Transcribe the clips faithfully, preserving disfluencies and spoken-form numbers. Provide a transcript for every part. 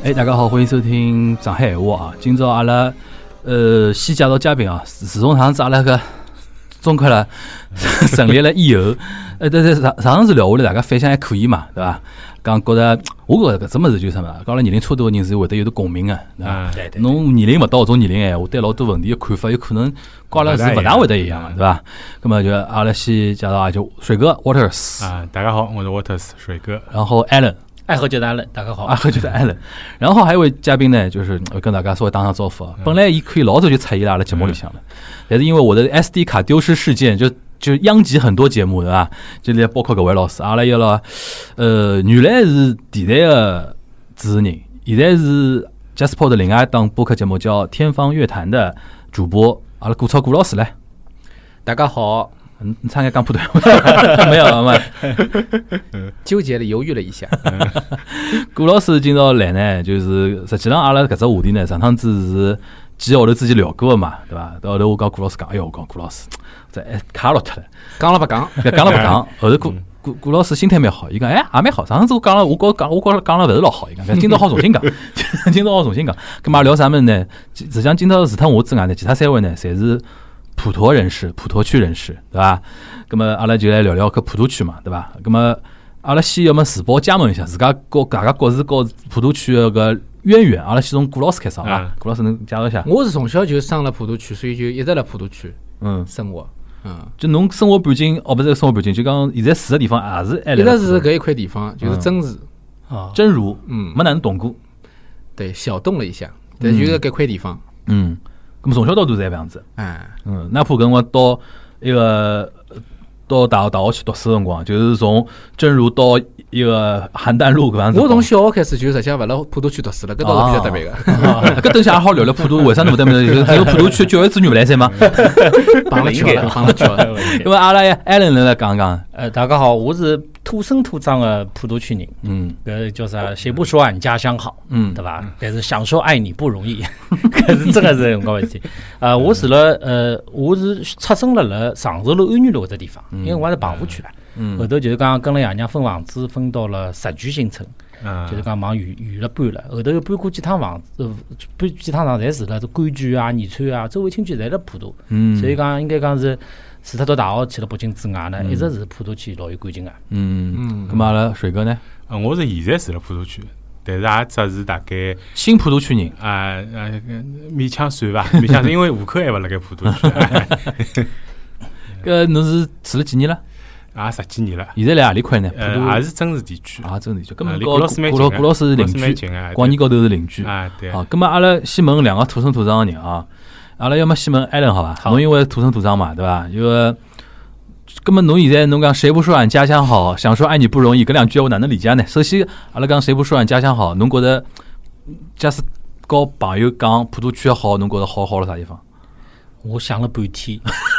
哎，大家好，欢迎收听上海闲话啊！今朝阿拉呃先介绍嘉宾啊，自从上次阿拉个中科了成立了以后，呃，对对，上上次聊下来，大家反响还可以嘛，对伐？讲觉得我觉着搿只物事就是啥嘛，讲阿拉年龄差不多的人是会得有得共鸣个，对伐？ 对对。 侬年龄勿到搿种年龄闲话，对老多问题的看法有可能跟阿拉是勿大会得一样个，对伐？咁么就阿拉先介绍啊，就水哥 Waters 啊，大家好，我是 Waters 水哥， 然后 Alan。 爱喝酒的 Alan， 大家好。 爱喝酒的 Alan， 然后还有一位嘉宾呢，就是我跟大家稍微打声招呼啊。本来伊可以老早就出现在阿拉节目里向了，但是因为我的 S D 卡丢失事件，就就殃及很多节目，对吧？这里包括各位老师，阿拉有了，呃，原来是电台的主持人，现在是 Jasper 的另外一档播客节目叫《天方乐坛》的主播，阿拉顾超顾老师来。 大家好。 嗯，你差点讲不对，没有没有， 纠结了，犹豫了一下。 顾老师今朝来呢，就是实际上阿拉搿只话题呢，上趟子是几个号头之前聊过的嘛，对伐？到后头我讲顾老师讲，哎哟，我讲顾老师，这哎卡落脱了， 讲了不讲， 讲了不讲。后头顾顾顾老师心态蛮好，伊讲哎也蛮好。上趟子我讲了，我觉讲我觉讲了勿是老好，伊讲今朝好重新讲，今朝好重新讲。搿嘛聊啥物事呢？实际上今朝除脱我之外呢，其他三位呢，侪是普陀人士，普陀区人士，对吧？那么阿拉就来聊聊搿普陀区嘛，对吧？那么阿拉先要么自报家门一下，自家各大家各自各普陀区的个渊源。阿拉先从顾老师开始啊，顾老师能介绍一下？ 我是从小就生了普陀区，所以就一直辣普陀区嗯生活。嗯， 就侬生活背景哦，不是生活背景，就讲现在住的地方也是还一直是搿一块地方，就是真如啊，真如， 嗯， 没哪能动过。 对，小动了一下，但就是搿块地方， 嗯。咁么从小到大是搿样子， 哎， 嗯，哪怕搿辰光到一个到大学大学去读书的辰光，就是从真如到一个邯郸路搿样子。 我从小学开始就实际上勿辣普陀区读书了，搿倒是比较特别个。 搿等下好聊聊普陀为啥那么特别？只有普陀区教育资源勿来塞吗？ 帮了巧了，帮了巧了。 因为阿拉艾伦来讲讲， 呃，大家好，我是土生土长的普陀区人， 嗯， 搿叫啥？谁不说俺家乡好， 嗯， 对吧？但是享受爱你不容易，搿是真的是搿个问题。呃，我住了，呃，我是出生了辣长寿路安源路搿只地方，因为我是棚户区啦。嗯，后头就是讲跟了爷娘分房子，分到了石泉新村，嗯、就是讲往远远了搬了。后头又搬过几趟房子，呃、搬几趟房侪住了，这柑橘啊、宜川啊，周围亲戚侪辣普陀。嗯，所以讲应该讲是。除脱到大学去了北京之外呢，嗯、一直是普陀区老有感情个。 嗯嗯，咁阿拉水哥呢？ 呃，我是现在住了普陀区，但是也只是大概新普陀区人啊啊，勉强算吧，勉强算，因为户口还勿辣盖普陀区。 搿侬是住了几年了？ 啊，十几年了。 现在辣何里块呢？ 呃，也是真如地区。 啊，真如地区。咁么顾老师蛮近， 顾老师是邻居，广义高头是邻居。 啊，对。 好，咁么阿拉先问两个土生土长的人啊。阿拉要么先问艾伦好吧？侬因为土生土长嘛，对吧？因为，咁么侬现在侬讲谁不说俺家乡好，想说爱你不容易，搿两句我哪能理解呢？首先，阿拉讲谁不说俺家乡好，侬觉得假使跟朋友讲普陀区好，侬觉得好好了啥地方？ 我想了半天，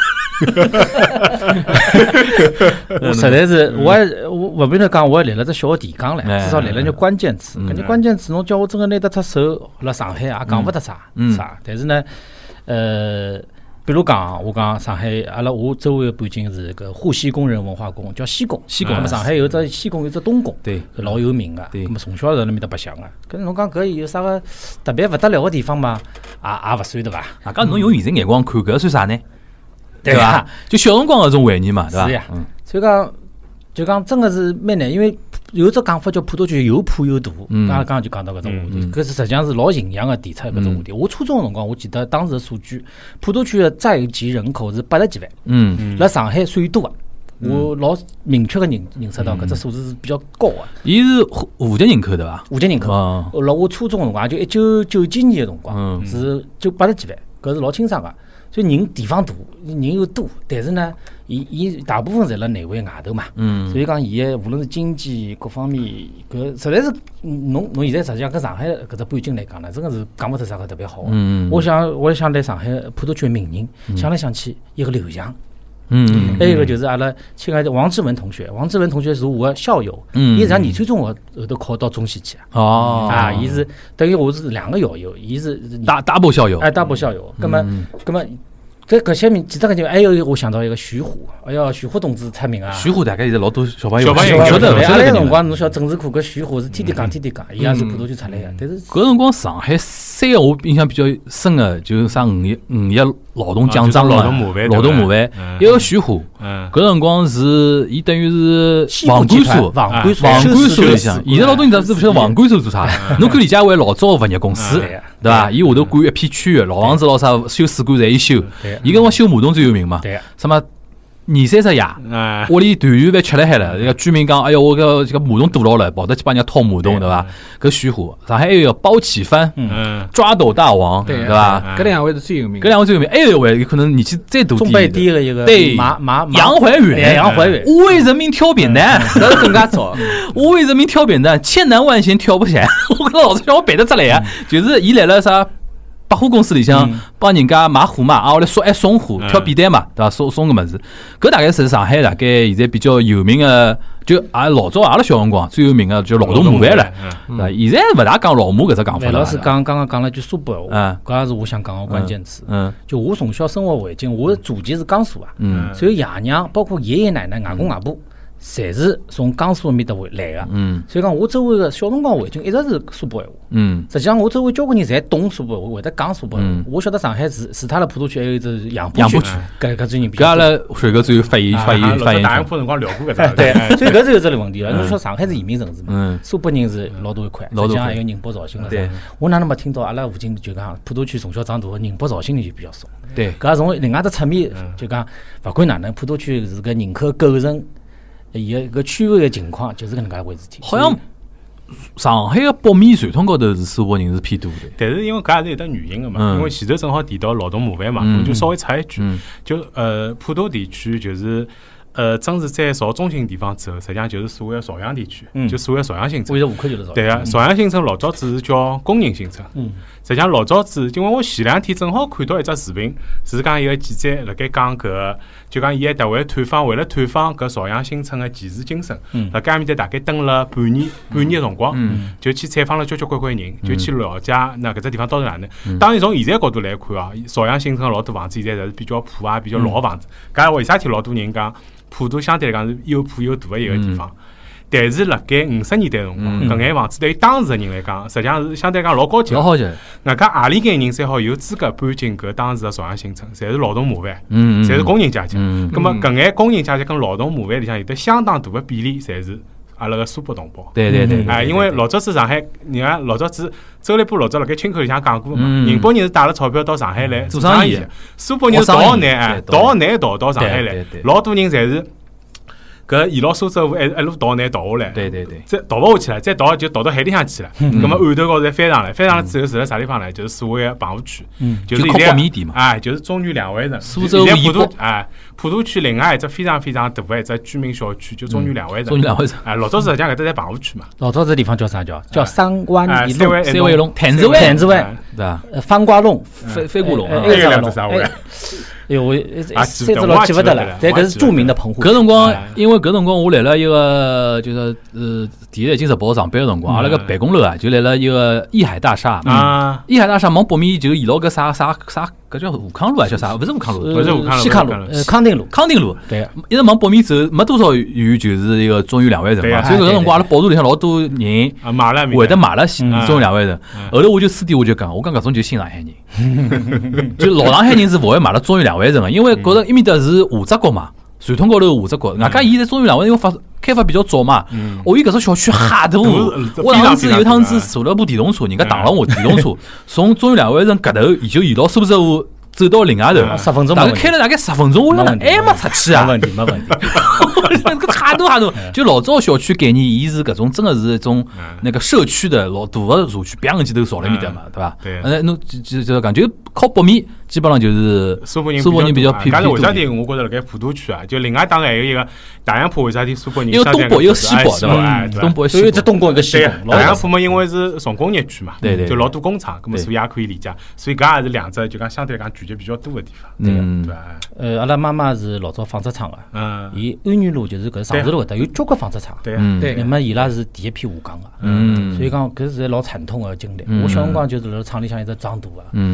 我实在是，我还我勿瞒侬讲，我还立了只小提纲唻，至少立了眼关键词。搿眼关键词侬叫我真个拿得出手，辣上海也讲勿得啥啥，但是呢。呃，比如讲，我讲上海，阿拉我周围的背景是个沪西工人文化宫，叫西宫。 西宫， 那么上海有只西宫，有只东宫， 对， 老有名个。 对， 那么从小在那面搭白相个。搿侬讲搿有啥个特别勿得了个地方嘛？也也勿算对伐？ 啊，搿侬用现在眼光看，搿算啥呢？对伐？就小辰光搿种回忆嘛，对伐？ 是呀，所以讲就讲真个是蛮难，因为。有只讲法叫普陀区有铺有大，刚刚刚就讲到搿种话题，搿是实际上是老形象个提出搿种话题。我初中个辰光，我记得当时个数据，普陀区个在籍人口是八十几万，嗯，辣上海算多个，我老明确个认认识到搿只数字是比较高个。 伊是户籍人口对伐？ 户籍人口，辣我初中个辰光，就一九九几年个辰光，是就八十几万，搿是老清爽个。所以人地方大，人又多，但是呢，伊伊大部分侪辣内环外头嘛，嗯，所以讲伊个无论是经济各方面，搿实在是侬侬现在实际上跟上海搿只背景来讲呢，真个是讲勿出啥个特别好个。嗯，我想我想来上海普陀区名人，嗯、想来想去一个刘翔。嗯，还有一个就是阿拉亲爱的王志文同学，王志文同学是我的校友，嗯，伊是上宜川中学后头考到中戏去哦， 啊，伊是等于我是两个校友，伊是大大波校友， 哎，大波校友，葛么葛么这搿些名，其他个就还有一个我想到一个徐虎，哎呀，徐虎同志出名啊！ 徐虎大概现在老多小朋友小朋友晓得， 阿拉晓得辰光侬晓得政治课搿徐虎是天天讲天天讲，伊也是普陀区出来个，但是搿辰光上海三个我印象比较深个，就是啥五一五一劳动奖章嘛， 劳动模范， 劳动模范，一个徐虎，搿辰光是伊等于是房管所， 房管房管所里向，现在老多人都是勿晓得房管所做啥，侬可以理解为老早个物业公司，对伐？伊下头管一片区域，老房子老啥修水管侪伊修，伊搿辰光修马桶最有名嘛，什么？二三十夜，屋里团圆饭吃了海了。那个居民讲：“哎哟，我搿这个马桶堵牢了，跑得去帮人家掏马桶，对伐？”搿徐虎，上海还有一个包启帆，抓斗大王，对伐？ 搿两位是最有名， 搿两位最有名。还有一位有可能年纪再大中北低的一个， 对， 马马杨怀远， 杨怀远， 我为人民挑扁担， 搿是更加早。 我为人民挑扁担，千难万险挑不起来。我跟老子讲，我背得出来呀，就是伊来了啥？百货公司里向帮人家买货嘛，啊，后来送还送货，挑扁担嘛，对伐？送送个物事，搿大概是上海大概现在比较有名个，就啊老早阿拉小辰光最有名个叫劳动模范了，对伐？现在勿大讲老模搿只讲法了。 老师刚刚刚讲了句苏北话，搿也是我想讲个关键词。嗯，就我从小生活环境，我祖籍是江苏啊，嗯，所以爷娘包括爷爷奶奶、外公外婆。侪是从江苏面搭回来个，嗯，所以讲我周围个小辰光环境一直是苏北话，嗯，实际上我周围交关人侪懂苏北话，会得讲苏北话。我晓得上海市除脱了普陀区，还有一只杨浦区，搿搿种人比较。 搿阿拉水沟只有发言发言发言。 大杨浦辰光聊过搿只， 对，所以搿是有只问题了。侬说上海是移民城市嘛，苏北人是老多一块，实际上还有宁波、绍兴了。对，我哪能没听到阿拉附近就讲普陀区从小长大个宁波、绍兴人就比较少。 对， 搿从另外只侧面就讲，勿管哪能，普陀区是搿人口构成。伊个搿区域个情况就是搿能介一回事体。 好像上海个北面传统高头是苏北人是偏多的， 但是因为搿也是有得原因个嘛。嗯、因为前头正好提到劳动模范嘛，我、嗯、就稍微插一句，嗯、就呃普陀地区就是呃正是在朝中心地方之后，实际上就是所谓个朝阳地区，嗯、就所谓个朝阳新城。 为了户口就是朝阳。 对啊，朝阳新城老早子是叫工人新城。嗯。实际上老早子，因为我前两天正好看到一只视频，是讲一个记者辣盖讲搿，就讲伊还特为探访，为了探访搿朝阳新村个前世今生，辣盖埃面搭大概蹲了半年，半年个辰光，嗯、就去采访了交交关关人，就去了解那搿只地方到底哪能。嗯、当然从现在角度来看啊，朝阳新村老多房子现在侪是比较破啊，比较老个房子。搿为啥体老多人讲普陀相对来讲是又破又大个一个地方？嗯但是辣盖五十年代辰光，搿眼房子对于当时个人来讲，实际上是相对来讲老高级。 老好级。 外加何里眼人才好有资格搬进搿当时个朝阳新村？侪是劳动模范， 嗯， 侪是工人阶级。嗯，咁么搿眼工人阶级跟劳动模范里向有得相当大个比例，侪是阿拉个苏北同胞。 对对对。 哎，因为老早子上海，你看老早子周立波老早辣盖村口里向讲过嘛，宁波人是带了钞票到上海来做生意，苏北人是逃学难，哎，逃学难逃到上海来，老多人侪是。搿沿牢苏州河一一路逃难逃下来， 对对对， 再逃勿下去了，再逃就逃到海里向去了。咁么岸头高头再翻上来，翻上来之后住辣啥地方呢？就是所谓个棚户区，就是靠北面地嘛。 哎，就是中原两湾城。 苏州普陀哎，普陀区另外一只非常非常大个一只居民小区，就中原两湾城。 中原两湾城。 哎，老早实际上搿搭在棚户区嘛。 老早这地方叫啥叫？叫三湾一弄、 三湾一弄、潭子湾、 潭子湾， 对伐？ 翻瓜弄、 飞飞过弄， 还有两只啥湾？ 哎呦，我三只老记勿得了，但搿是著名的棚户。 搿辰光，因为搿辰光我来了一个就是呃，第一财经日报上班个辰光，阿拉个办公楼啊，就来了一个益海大厦啊。益海大厦往北面就沿牢搿啥啥啥，搿叫武康路还叫啥？勿是武康路， 勿是武康路， 西康路，呃，康定路， 康定路。 对， 一直往北面走，没多少远就是一个中原两湾城嘛。所以搿辰光阿拉报道里向老多人会得买了中原两湾城。后头我就私底我就讲，我讲搿种就新上海人，就老上海人是勿会买了中原两湾城个，因为觉着埃面搭是华泽国嘛。传统高头华泽国，外加伊在中原两湾因为发开发比较早嘛，哦，伊搿只小区哈大，我上次有一趟子坐了部电动车，人家打了我电动车，从中原两湾城搿头，伊就沿牢苏州河走到另外头， 十分钟， 大概开了大概十分钟，我讲还没出去啊， 没问题，没问题。 搿哈大哈大，就老早小区概念，伊是搿种真的是一种那个社区的老大个社区，别个几头造了面搭嘛，对伐？ 对。 呃，侬就就讲就靠北面。基本上就是苏北人， 苏北人比较偏偏多。 为啥体？我觉着辣盖普陀区啊，就另外当然还有一个大杨浦，为啥体苏北人？ 一个东北，一个西北，对伐？东北、西北， 一只东北，一个西北。 大杨浦嘛，因为是重工业区嘛， 对对， 就老多工厂，咁么所以也可以理解。所以搿也是两只就讲相对来讲聚集比较多的地方，对伐？ 呃，阿拉妈妈是老早纺织厂个，嗯，伊安源路就是搿长治路搿搭有交关纺织厂， 对对。那么伊拉是第一批下岗个，嗯，所以讲搿是老惨痛个经历。我小辰光就是辣厂里向一直长大个，嗯，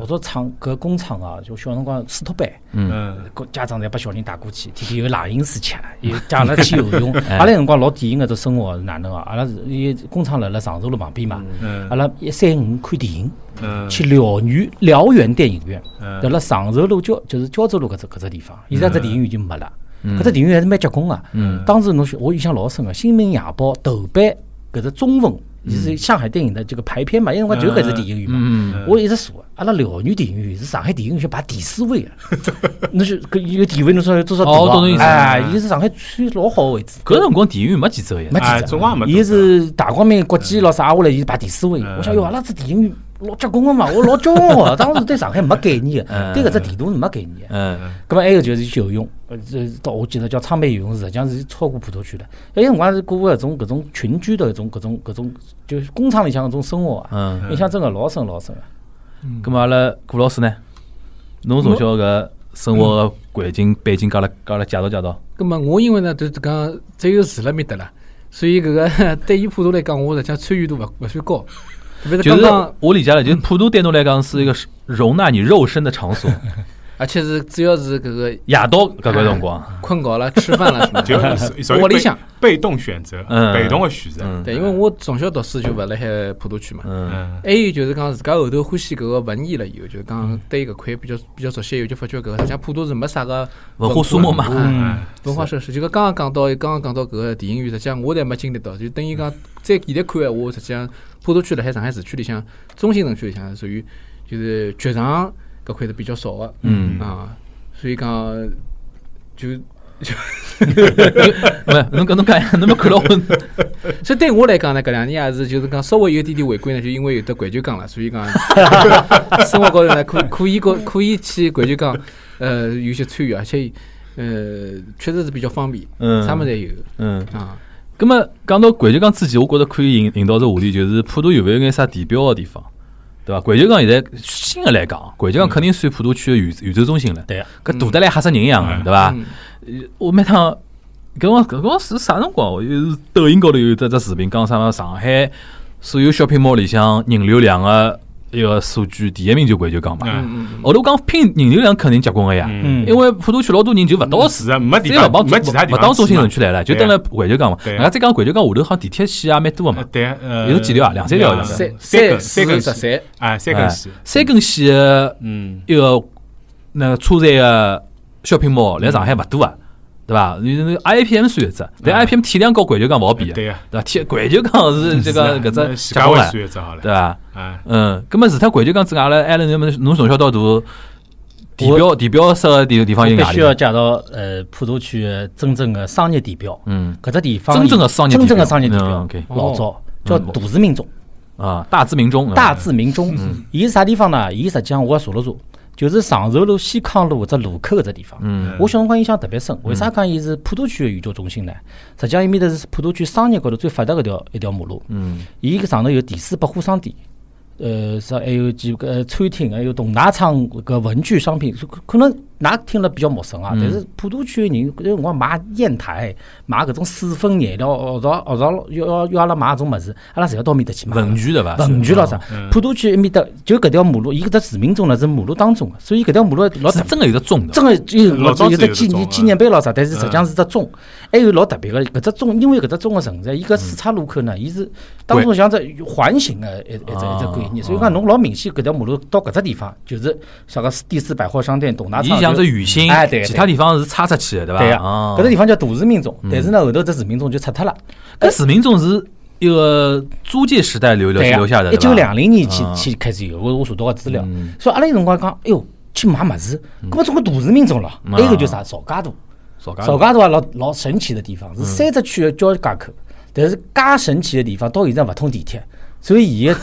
老早厂搿工厂啊，就小辰光水托班， 嗯， 家长侪把小人带过去，天天有冷饮水吃，有带阿拉去游泳。阿拉辰光老典型个只生活是哪能啊？阿拉是伊工厂辣辣常州路旁边嘛，阿拉一三五看电影，去辽源辽源电影院，辣辣常州路交就是胶州路搿只搿只地方，现在只电影院已经没了。搿只电影院还是蛮结棍个。当时侬我印象老深个，《新民夜报》头版搿只中文。就是上海电影的这个排片嘛，因为我就搿只电影院嘛，嗯、我一直说，阿拉辽源电影院是上海电影院排第四位啊，那就搿一个地位侬说有多少大啊？哎，伊是上海最老好个位置。 搿辰光电影院没几只个， 没几只，伊是大光明、国际咾啥下来，伊是排第四位。我想哟，阿拉只电影院老结棍个嘛，我老骄傲个。当时对上海没概念个，对搿只地图是没概念个。嗯，搿么还有就是游泳，呃，到我记得叫昌北游泳池，实际上是超过普陀区的。哎，辰光是过搿种搿种群居的搿种搿种搿种，就是工厂里向搿种生活啊，印象真个老深老深个。 咁么阿拉顾老师呢？侬从小搿生活个环境背景，教阿拉教阿拉介绍介绍。 咁么我因为呢，就是讲只有住辣面搭啦，所以搿个对于普陀来讲，我实际上参与度勿勿算高。 就是我理解了，就是普陀对侬来讲是一个容纳你肉身的场所， 而且是主要是搿个夜到搿个辰光， 困觉了、吃饭了什么， 就屋里向被动选择，被动的选择。 对，因为我从小读书就勿辣海普陀区嘛，还有就是讲自家后头欢喜搿个文艺了以后，就是讲对搿块比较比较熟悉以后，就发觉搿个像普陀是没啥个文化沙漠嘛， 文化设施。就讲刚刚讲到，刚刚讲到搿个电影院，实际上我侪没经历到，就等于讲在现在看闲话，实际上。普陀区辣海上海市区里向，中心城区里向属于就是剧场搿块是比较少的，嗯啊，所以讲就就， 勿是侬搿侬讲，侬没看到我。 所以对我来讲呢，搿两年也是就是讲稍微有点点回归呢，就因为有得环球港了，所以讲生活高头呢可可以个可以去环球港，呃有些参与，而且呃确实是比较方便，嗯，啥物事侪有，嗯啊。 咁么讲到环球港之前，我觉着可以引引导这话题，就是普陀有没有眼啥地标的地方，对伐？环球港现在新的来讲，环球港肯定算普陀区的宇宇宙中心了。 对， 搿大得来吓死人一样的，对伐？我每趟搿光搿光是啥辰光？就是抖音高头有得只视频，讲啥上海所有 shopping mall 里向人流量个一个数据第一名就环球港嘛。后头讲拼人流量肯定结棍个呀，因为普陀区老多人就勿到市， 没地方，没其他地方， 勿当中心城区来了，就等了环球港嘛。人家再讲环球港下头好像地铁线也蛮多个嘛。 对， 有几条啊？两三条的。 三三三根线， 三啊，三根线， 三根线个一个那个车站个 shopping mall 来上海勿多啊。对吧？你那 I P M 算一只，但 I P M 体量高环球港勿好比， 对吧？体环球港是这个搿只世界位算一只好了， 对吧？嗯，咁么除脱环球港之外，阿拉艾伦，侬侬从小到大地标地标式个地地方有哪里？ 必须要介绍呃普陀区真正的商业地标，嗯，搿只地方真正的商业真正的商业地标， OK， 老早叫杜氏民中啊，大自民中， 大自民中，伊是啥地方呢？伊实际上我也查了查。就是常州路西康路只路口搿只地方，嗯，我小辰光印象特别深。为啥讲伊是普陀区的宇宙中心呢？实际上，伊面搭是普陀区商业高头最发达搿条一条马路。嗯，伊搿上头有第四百货商店，呃，啥还有几个餐厅，还有动大厂搿文具商品，可能㑚听了比较陌生啊。但是普陀区的人搿辰光买砚台、买搿种水粉颜料，学着学着要要要阿拉买搿种物事，阿拉侪要到面搭去买。 文具对伐？ 文具咾啥？普陀区埃面搭就搿条马路，伊搿只市民中呢是马路当中个，所以搿条马路老是真个有得钟的， 真个有老有得纪念纪念碑咾啥，但是实际上是只钟，还有老特别个搿只钟，因为搿只钟个存在，伊搿四岔路口呢，伊是当中像只环形个一一只一只概念，所以讲侬老明显搿条马路到搿只地方就是啥个第四百货商店、东大厂， 伊像只圆形。 哎，对， 其他地方是插出去的，对吧？ 对呀，搿个地方叫杜氏民中，但是呢，后头这市民中就拆脱了。 搿市民中是一个租界时代留留留下的， 一九两零年去去开始有，我我查到个资料。所以阿拉有辰光讲，哎哟，去买物事，搿么总归杜氏民中了。还有个叫啥？曹家渡， 曹家曹家渡啊，老老神奇的地方，是三只区的交界口，但是介神奇的地方到现在勿通地铁，所以伊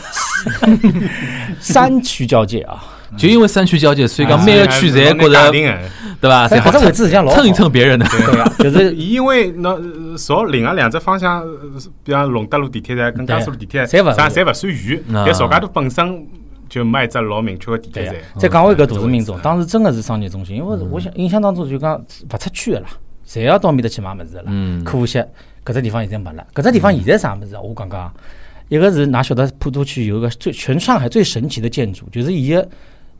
山区交界啊。 就因为山区交界，所以讲每个区侪觉着，对吧？ 搿只位置像老蹭一蹭别人的， 对呀，就是因为侬朝另外两只方向，比方龙德路地铁站跟嘉苏路地铁站，啥侪勿算远，但曹家渡本身就没一只老明确的地铁站。 再讲回搿杜氏民中，当时真的是商业中心，因为我想印象当中就讲勿出区的啦，侪要到面搭去买物事啦。可惜搿只地方现在没了，搿只地方现在啥物事啊？我讲讲，一个是哪晓得普陀区有一个最全上海最神奇的建筑，就是伊个。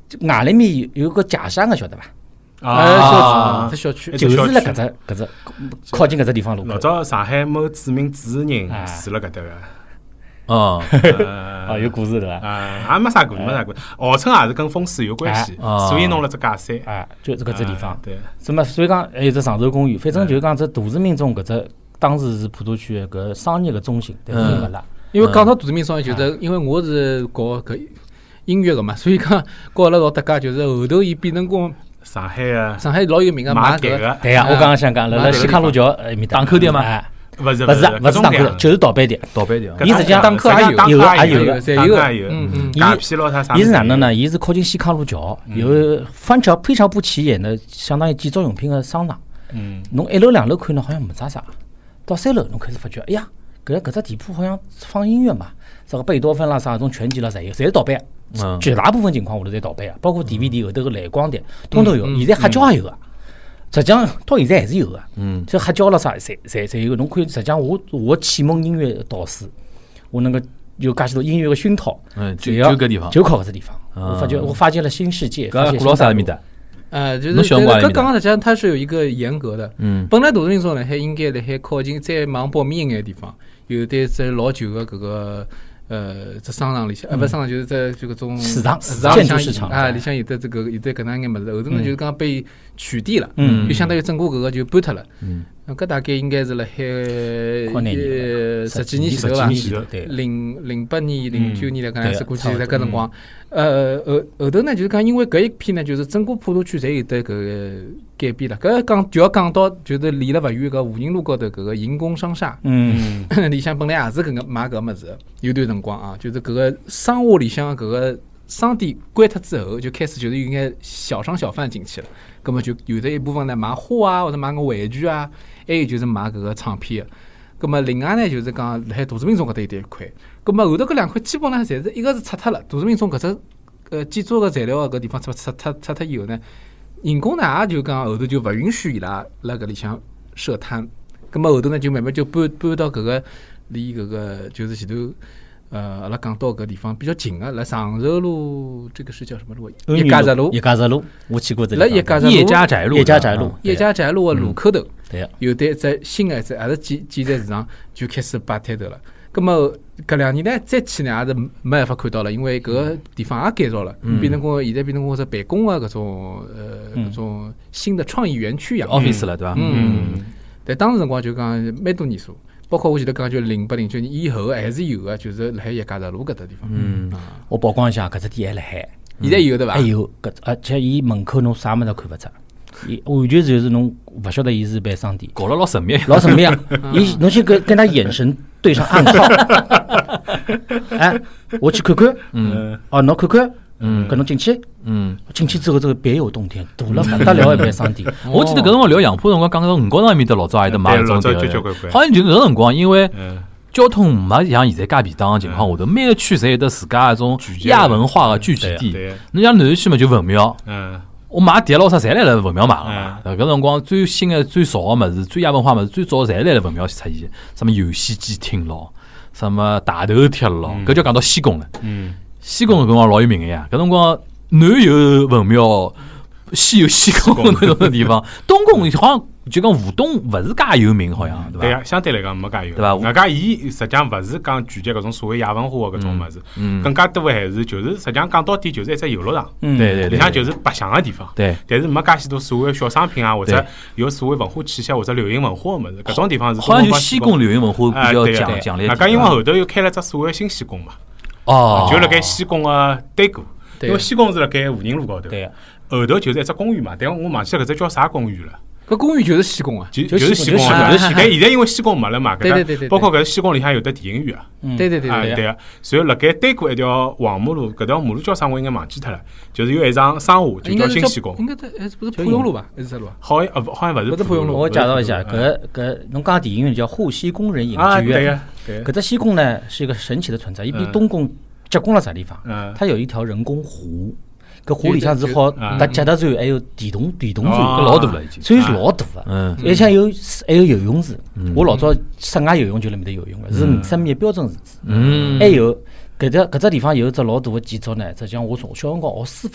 外里面有有个假山个晓得伐？ 啊， 这小区就是辣搿只搿只靠近搿只地方路口。 老早上海某著名主持人啊住辣搿搭个。 哦， 哦，有故事对伐？ 啊，也没啥故事，没啥故事，号称也是跟风水有关系，所以弄了只假山。 啊，就是搿只地方。 对。 什么？所以讲还有只长寿公寓，反正就是讲这杜市民中搿只当时是普陀区搿商业个中心，但是没了。 因为讲到杜市民商业，就是因为我是搞搿音乐个嘛，所以讲搞阿拉老搭界，就是后头伊变成光上海个上海老有名个买搿个， 对呀，我刚刚想讲，辣辣西康路桥埃面档口店嘛， 勿是勿是勿是档口店，就是盗版店。 盗版店， 伊实际上档口也有， 有个也有个， 侪有个。 嗯嗯， 假皮咯，他啥？ 伊是哪能呢？伊是靠近西康路桥，有翻桥非常不起眼的，相当于建筑用品个商场。 嗯， 侬一楼两楼看呢好像没啥啥，到三楼侬开始发觉，哎呀，搿搿只店铺好像放音乐嘛，啥个贝多芬啦啥种全集啦侪有，侪是盗版。 嗯， 绝大部分情况下头侪盗版个，包括 D V D 后头个蓝光碟，通通有。现在黑胶也有个，实际上到现在还是有个。嗯，这黑胶了啥，侪侪侪有。侬看，实际上我我启蒙音乐导师，我能够有介许多音乐个熏陶， 嗯，就就搿地方， 就靠搿只地方。我发觉我发现了新世界。 搿顾老师埃面搭。 呃，就是搿刚刚实际上它是有一个严格的。嗯。本来杜市民中呢，还应该辣海靠近再往北面一眼地方，有的在老旧个搿个。呃，这商场里向，呃，不是商场，就是在就搿种市场、 市场建筑市场啊，里向有的这个有的搿能一眼物事，后头呢就是讲被取缔了，嗯，就相当于整个搿个就搬脱了，嗯，搿大概应该是辣海呃十几年前头伐，零零八年、零九年来讲是估计在搿辰光，呃后后头呢就是讲因为搿一批呢就是整个普陀区侪有得搿个改变了，搿讲就要讲到就是离了勿远搿武宁路高头搿个银工商厦，嗯，里向本来也是搿个卖搿物事，有段辰光啊，就是搿个商厦里向搿个商店关脱之后，就开始就是有眼小商小贩进去了，葛末就有的一部分呢卖花啊，或者卖个玩具啊，还有就是卖搿个唱片的。葛末另外呢就是讲辣海杜市民中搿搭有得一块，葛末后头搿两块基本上侪是一个是拆脱了，杜市民中搿只呃建筑个材料搿地方拆拆拆拆脱以后呢，人工呢也就讲后头就勿允许伊拉辣搿里向设摊，葛末后头呢就慢慢就搬搬到搿个离搿个就是前头。呃，阿拉讲到搿地方比较近个，辣长寿路，这个是叫什么路？叶家宅路。 叶家宅路，我去过这里。 辣叶家宅路。 叶家宅路。 叶家宅路。 叶家宅路个路口头， 对， 有得一只新个一只，也是建建材市场就开始摆摊头了。葛末搿两年呢，再去呢也是没办法看到了，因为搿个地方也改造了，变成过现在变成过只办公个搿种呃搿种新的创意园区一样 office 了，对伐？ 嗯。但当时辰光就讲蛮多年数。包括我前头讲，就零八零九年以后还是有个，就是辣海叶家宅路搿搭地方。嗯， 我曝光一下，搿只店还辣海， 现在有对伐？ 还有搿，而且伊门口侬啥物事看勿出，伊完全就是侬勿晓得伊是办商店， 搞了老神秘， 老神秘啊！伊侬去跟跟他眼神对上暗号，哎，我去看看，嗯，哦，侬看看。嗯，搿侬进去，嗯，进去之后，这个别有洞天，大了不得了一爿商店。 我记得搿辰光聊杨浦辰光，讲到五角场埃面搭老早也得买搿种店，好像就搿辰光，因为交通没像现在介便当个情况下头，每个区侪有得自家一种亚文化个聚集地。侬像南市区嘛，就文庙，嗯，我买碟咾啥侪来了文庙买个嘛。搿辰光最新个、最少个物事、最亚文化物事，最早侪来了文庙去出现，什么游戏机厅咯，什么大头贴咯，搿就讲到西贡了。嗯。西贡搿辰光老有名个呀，搿辰光南有文庙，西有西贡那种地方，东贡好像就讲浦东勿是介有名，好像对伐？ 对呀，相对来讲没介有，对伐？外加伊实际上勿是讲聚集搿种所谓亚文化搿种物事，更加多还是就是实际上讲到底就是一只游乐场， 对对对， 里向就是白相个地方， 对。 但是没介许多所谓小商品啊，或者有所谓文化气息或者流行文化个物事，搿种地方是好像就西贡流行文化比较强强烈。 外加因为后头又开了只所谓新西贡嘛。 哦， 就辣盖西贡个对过，因为西贡是辣盖武宁路高头，后头就是一只公园嘛，但我忘记了搿只叫啥公园了。 搿公园就是西贡啊， 就就是西贡啊。但现在因为西贡没了嘛，搿搭包括搿西贡里向有得电影院啊。 对对对对对个。随后辣盖对过一条黄马路，搿条马路叫啥我应该忘记脱了，就是有一幢商厦就叫新西贡。 应该还是不是浦庸路吧？还是啥路啊？ 好像呃好像勿是浦庸路。 我介绍一下，搿搿侬讲电影院叫沪西工人影剧院。 对个。搿只西贡呢是一个神奇的存在，伊比东贡。结棍了啥地方？嗯，它有一条人工湖，搿湖里向是好搭脚踏船，还有电动电动船， 搿老大了已经， 所以是老大个。嗯，而且有还有游泳池，我老早室外游泳就辣面搭游泳个，是五十米标准池子。嗯，还有搿只搿只地方有一只老大个建筑呢，实际上我从小辰光学书法，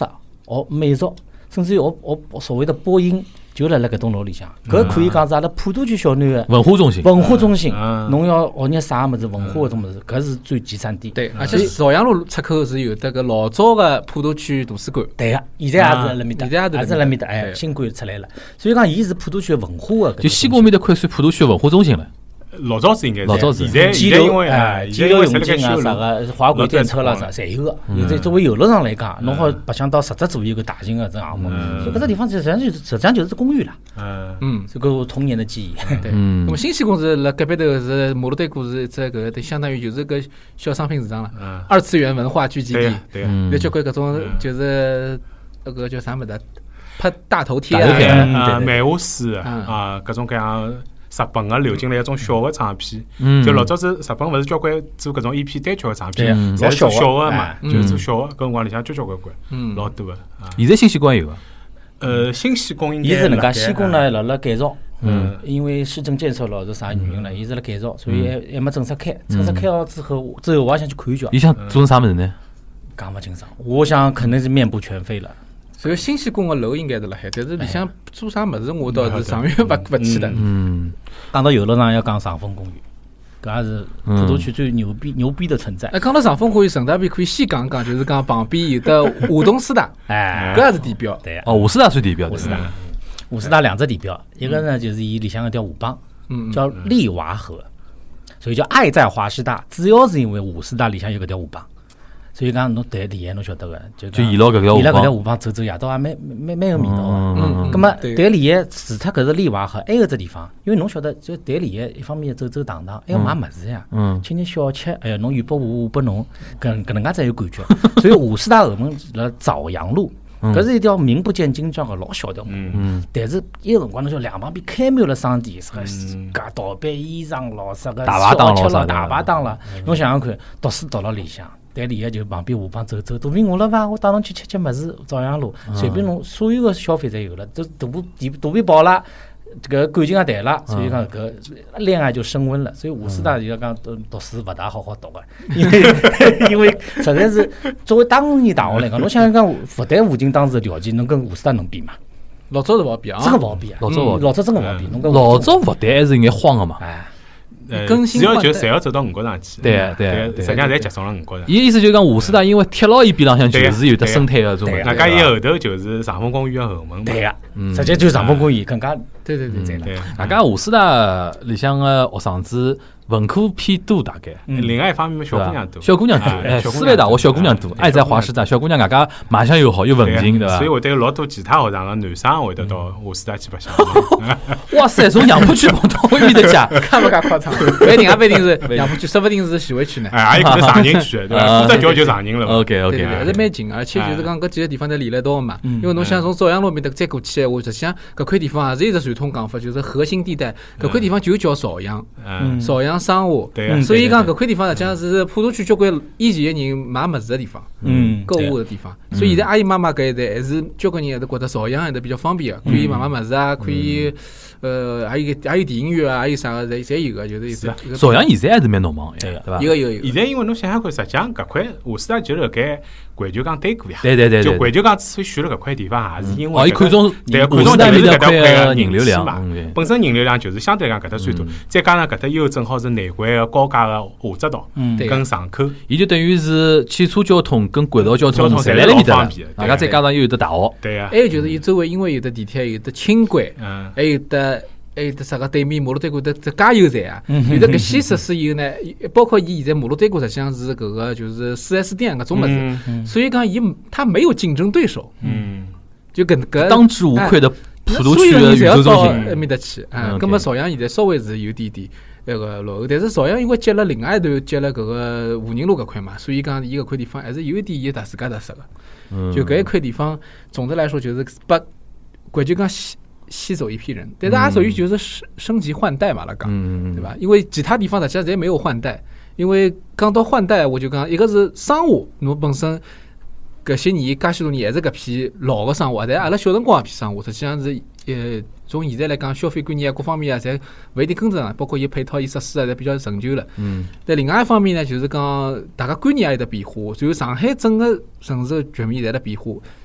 学美术，甚至于学学所谓的播音，就辣辣搿栋楼里向。搿可以讲是阿拉普陀区小囡个文化中心， 文化中心， 嗯侬要学眼啥物事，文化搿种物事，搿是最集散地。 对，而且朝阳路出口是有得个老早个普陀区图书馆。 对个，现在也是辣面搭， 现在也也是辣面搭，哎， 对新馆出来了。所以讲，伊是普陀区文化个， 就西瓜面搭快算普陀区文化中心了。 老早子应该是， 老早子现在激流现在因为哎， 现激流在因为侪辣盖勇进啊， 修路， 啥个华轨电车啦，啥侪有个。现在作为游乐场来讲，侬好白相到十只左右个大型个这项目，所以搿只地方实际上就实际上就是公寓了。 嗯， 嗯， 这个我童年的记忆。 对。 嗯那么新西宫是辣隔壁头是马路对过是只搿个，相当于就是个小商品市场了， 嗯， 二次元文化聚集地对呀。对呀， 嗯有交关搿种就是那个叫啥物事，拍大头贴大头贴啊， 啊， 嗯对对漫画书嗯啊，各种各样日本个流进来一种小个唱片， 嗯就老早子日本勿是交关做搿种 E P 单曲个唱片， 对呀侪是做老小小个嘛哎， 就是做小个，搿辰光里向交交关关， 嗯， 老多个啊。 现在新西关有个， 呃，新西宫应该伊是能辣盖介，西宫呢辣辣改造， 嗯， 因为市政建设咯是啥原因呢？伊是辣改造，所以还还没正式开。正式开好之后，之后我也想去看一瞧伊，想做成啥物事呢？ 讲勿清爽。我想肯定是面目全非了。 所以新西宫个楼应该是辣海，但是里向做啥物事我倒是长远勿勿去的。 嗯， 讲到游乐场，要讲上峰公园，搿也是普陀区最牛逼牛逼的存在。 哎，讲到上峰公园，顺带便可以先讲讲，就是讲旁边有的华东师大， 哎， 搿也是地标。 对呀， 哦，华师大算地标， 华师大，华师大两只地标，一个呢就是伊里向有条河浜， 嗯， 叫丽娃河，所以叫爱在华师大，主要是因为华师大里向有搿条河浜。所以讲侬谈恋爱侬晓得个，就就沿牢搿条沿牢搿条河浜， 河浜走走夜到也蛮蛮蛮有味道个。 嗯咁么对谈恋爱除脱搿是丽娃河，还有只地方，因为侬晓得，就谈恋爱一方面走走荡荡，还要买物事呀， 嗯请点小吃，哎呀，侬有拨我，我拨侬，搿搿能介才有感觉。所以华师大后门辣枣阳路，搿是一条名不见经传个老小条马路。 嗯但是伊个辰光侬晓得两旁边开满了商店，啥个搿盗版衣裳咯，啥个大排档咯小吃咯， 啥的大排档啦。侬想想看，读书读了里向。谈恋爱就旁边河浜走走，肚皮饿了伐？我带侬去吃吃物事，朝阳路随便侬所有个消费侪有了，这肚皮肚皮饱了，这个感情也谈了，所以讲搿恋爱就升温了。所以华师大就要讲读读书勿大好好读个，因为因为实在是作为当年大学来讲，侬想想看，复旦附近当时的条件，侬跟华师大能比吗？ 老早是勿好比啊， 真个勿好比啊！ 老早勿好比老早真个勿好比，侬跟老早复旦还是有眼慌个嘛。 哎， 呃， 更新主要就换代侪要走到五角场去， 对嗯对对实际上侪集中了五角场。 伊意思就讲华师大因为铁牢伊边浪向就是有得生态个种物事， 外加伊后头就是上峰公园个后门嘛， 对个， 嗯直接就是上峰公园更加对对对对， 对。 外加华师大里向个学生子文科偏多，大概。 另外一方面嘛， 是吧小姑娘多， 小姑娘多，哎， 哎小姑娘师范大学多小姑娘多， 嗯爱在华师大，小姑娘外加卖相又好又文静，对伐所以？会得有老多其他学堂个男生会得到华师大去白相。 哇塞，从杨浦区跑到外面的家， 看不看夸张？不一定啊，不一定是杨浦区，说不定是徐汇区呢。 哎，也有可能上人区，对伐？ 啊过只桥就上人了嘛。 OK 对 OK， 对对，还是蛮近，而且就是讲搿几个地方侪连了一道嘛。因为侬想从朝阳路面搭再过去闲话，实际上搿块地方也是一只传统讲法，就是核心地带。搿块地方就叫朝阳， 嗯， 朝阳商务。 对个。 所以讲搿块地方实际上是普陀区交关以前个人买物事个地方， 嗯购物个地方。所以现在阿姨妈妈搿一代还是交关人还是觉得朝阳还是比较方便个，可以买买物事啊，可以呃还有还有电影院啊，还有啥个侪侪有个，就是一是啊个朝阳现在还是蛮闹忙的， 对个对伐？ 有有有。 现在因为侬想想看，实际上搿块华师大就辣盖环球港对过呀。 对对对对。 就环球港之所以选了搿块地方，也是因哦，伊为搿个看中对，看华师大中就是搿搭面搭块块个人流量， 嘛嗯对。 本身人流量就是相对来讲搿搭最多，再加上搿搭又正好是南环个高架个下匝道嗯对跟上口， 伊就等于是汽车交通跟轨道交交通侪侪老辣埃面搭了方便的， 大家再加上又有得大学， 对呀还，有就是伊周围因为有的地铁，有的轻轨， 嗯， 还有的还有的啥个对面马路对过的这加油站啊，有的搿些设施以后呢，包括伊现在马路对过实际上是搿个就是四 S 店搿种物事， 嗯所以讲伊它没有竞争对手， 嗯， 就搿搿当之无愧的普陀所区的宇有人侪要到宙中心。 埃面搭去嗯啊。 ，OK 葛末朝阳现在稍微是有点点那个落后，但是朝阳因为接了另外一段接了搿个沪宁路搿块嘛，所以讲伊搿块地方还是有一点伊特自家特色个。 嗯就搿一块地方，总的来说就是把环球港吸吸走一批人，但是也属于就是升升级换代嘛，来讲， 嗯， 对伐？因为其他地方实际上侪没有换代，因为讲到换代，我就讲一个是商务，侬本身搿些年介许多年还是搿批老个商务，但阿拉小辰光搿批商务，实际上是呃从现在来讲，消费观念啊各方面啊，侪勿一定跟着上，包括伊配套、伊设施啊，侪比较陈旧了。 嗯， 但另外一方面呢，就是讲大家观念也有得变化，然后上海整个城市的局面侪辣变化。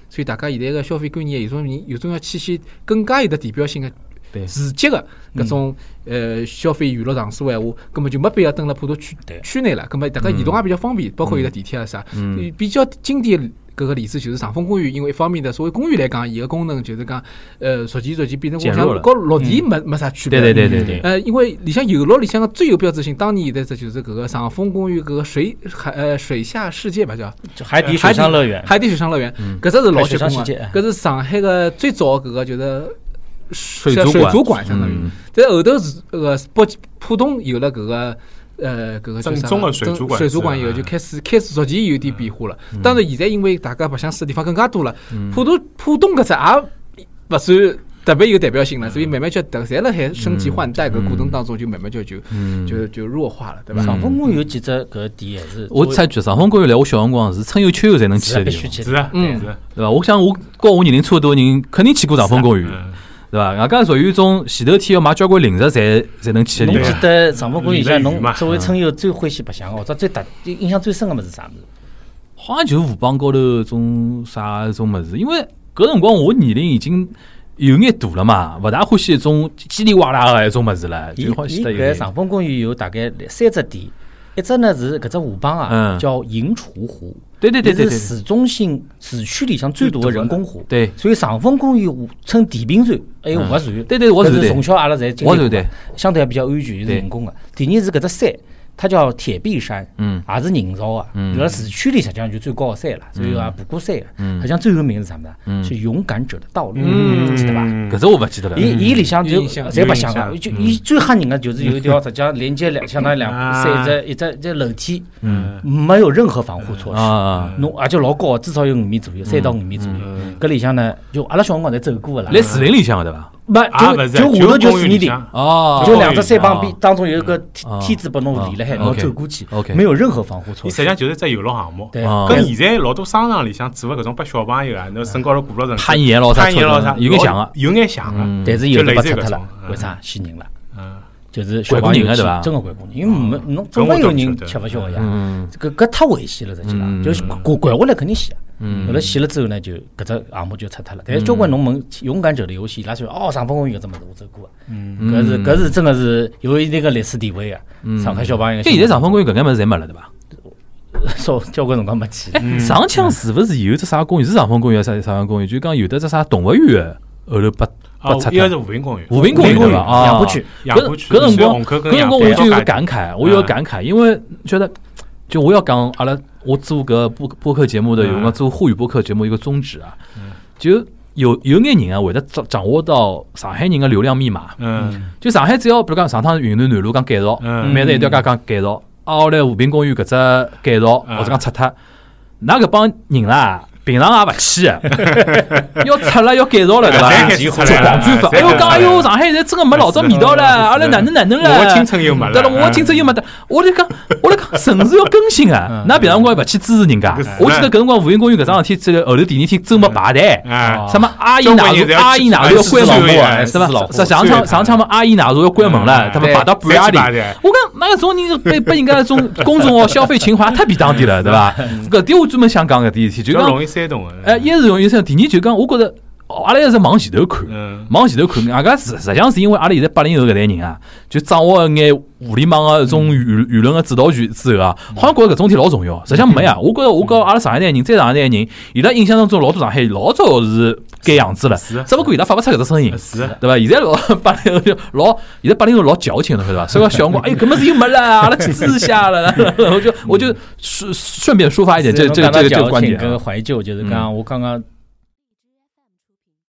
所以大家现在个消费观念有种人有种要去些更加有的地标性的。直接的搿种呃消费娱乐场所闲话，根本就没必要登了普陀区区内了。根本大家移动也比较方便，包括有的地铁啊啥。比较经典搿个例子就是长风公园，因为一方面呢，作为公园来讲，伊个功能就是讲呃逐渐逐渐变成我想和陆地没没啥区别。 对对对对对。 呃，因为里向游乐里向个最有标志性，当年有的这就是搿个长风公园搿个水海呃水下世界吧叫海底水上乐园。 海底水上乐园，搿只是老结棍个，搿是上海个最早搿个就是。 水族馆相当于，在后头是呃北浦东有了搿个呃搿个正宗的水族馆， 水族馆以后就开始开始逐渐有点变化了。当然现在因为大家白相水的地方更加多了，浦东浦东搿只也勿算特别有代表性了，所以慢慢就大侪辣海升级换代搿过程当中就慢慢就就就就弱化了，对伐？ 长风公园有几只搿点还是我插句，长风公园来我小辰光是春游秋游才能去的地方， 是啊，嗯， 对伐？我想我跟我年龄差不多人肯定去过长风公园。对伐？外加属于一种前头天要买交关零食才才能去的地方。 侬记得长风公园里向，侬作为春游最欢喜白相个，或者最大印象最深个物事啥物事？ 好像就是河浜高头种啥种物事，因为搿辰光我年龄已经有眼大了嘛，勿大欢喜一种叽里哇啦个一种物事了，就欢喜得有。 搿长风公园有大概三只点，一只呢是搿只河浜啊，叫银厨湖。 对对对对对， 是市中心市区里向最大的人工湖。 对， 所以长风公园称地平船，还有划船。 对对，划船。 从小阿拉侪经历过， 对， 相对还比较安全，是人工的。第二是搿只山，它叫铁壁山， 嗯， 也是人造的。嗯，辣市区里实际上就最高的山了，所以也爬过山的。嗯，好像最有名是啥物事？是勇敢者的道路，记得伐？ 搿只我勿记得了。 伊伊里向就侪白相个，就伊最吓人的就是有一条实际上连接两相当于两山一只一只只楼梯，嗯，没有任何防护措施啊，侬而且老高，至少有五米左右，三到五米左右。搿里向呢，就阿拉小辰光侪走过个啦。 来树林里向个对伐？ 没，就就下头就水泥顶， 哦， 就两只山旁边当中有一个梯子拨侬立辣海，侬走过去，没有任何防护措施。 伊实际上就是只游乐项目， 对， 跟现在老多商场里向做个搿种拨小朋友啊，侬身高头过了人， 攀岩咯啥， 攀岩咯啥， 有眼像个， 有眼像个， 但是有的被拆脱了，为啥？死人了。嗯。就是小朋友去真个拐过人，因为没侬总归有人吃勿消个呀。搿搿太危险了，实际上就是拐拐下来肯定死。后来死了之后呢，就搿只项目就拆脱了。但是交关侬问勇敢者的游戏，伊拉说哦，长风公园搿只物事我走过个，搿是搿是真个是有一定个历史地位个。上海小朋友， 现在长风公园搿眼物事侪没了，对伐？ 少交关辰光没去。 上腔是勿是有只啥公园？是长风公园啥啥公园？就讲有的只啥动物园后头把。 哦，一个是和平公园， 和平公园对伐？啊， 杨浦区， 杨浦区。 搿辰光，搿辰光我就有个感慨，我有个感慨，因为觉得，就我要讲阿拉我做搿播播客节目的，有个做沪语播客节目一个宗旨啊，就有有眼人啊会得掌掌握到上海人的流量密码。嗯，就上海只要比如讲上趟云南南路讲改造，每日一条街讲改造，啊，后来和平公园搿只改造或者讲拆脱，㑚搿帮人啦。平常也勿去个，要拆了要改造了，对伐？就广转发，哎哟讲，哎哟，上海现在真个没老早味道了，阿拉哪能哪能了？ 我青春又没了， 对了，我青春又没得，我就讲，我来讲，城市要更新啊！㑚平常辰光勿去支持人家，我记得搿辰光和平公园搿桩事体，这个后头第二天周末排队，什么阿姨奶茶，阿姨奶茶要关门了，是吧？上上趟上趟嘛，阿姨奶茶要关门了，他们排到半夜里。我讲那个种人被被人家种公众号消费情怀太便当点了，对伐？搿点我专门想讲搿点事体，就讲。哎，一是容易生，第二就讲，我觉着阿拉一直往前头看，往前头看，外加实实际上是因为阿拉现在八零后搿代人啊，就掌握一眼互联网个种舆舆论个主导权之后啊，好像觉着搿种事体老重要。实际上没呀，我觉着我讲阿拉上一代人，再上一代人，伊拉印象当中老多上海老早是搿样子了，只不过伊拉发勿出搿只声音，对伐？现在老八零后就老，现在八零后老矫情了，对伐？所以讲小辰光，哎，搿么子又没了，阿拉去支持下了，我就我就顺顺便抒发一点这这这个这个观点， 跟怀旧就是讲我刚刚。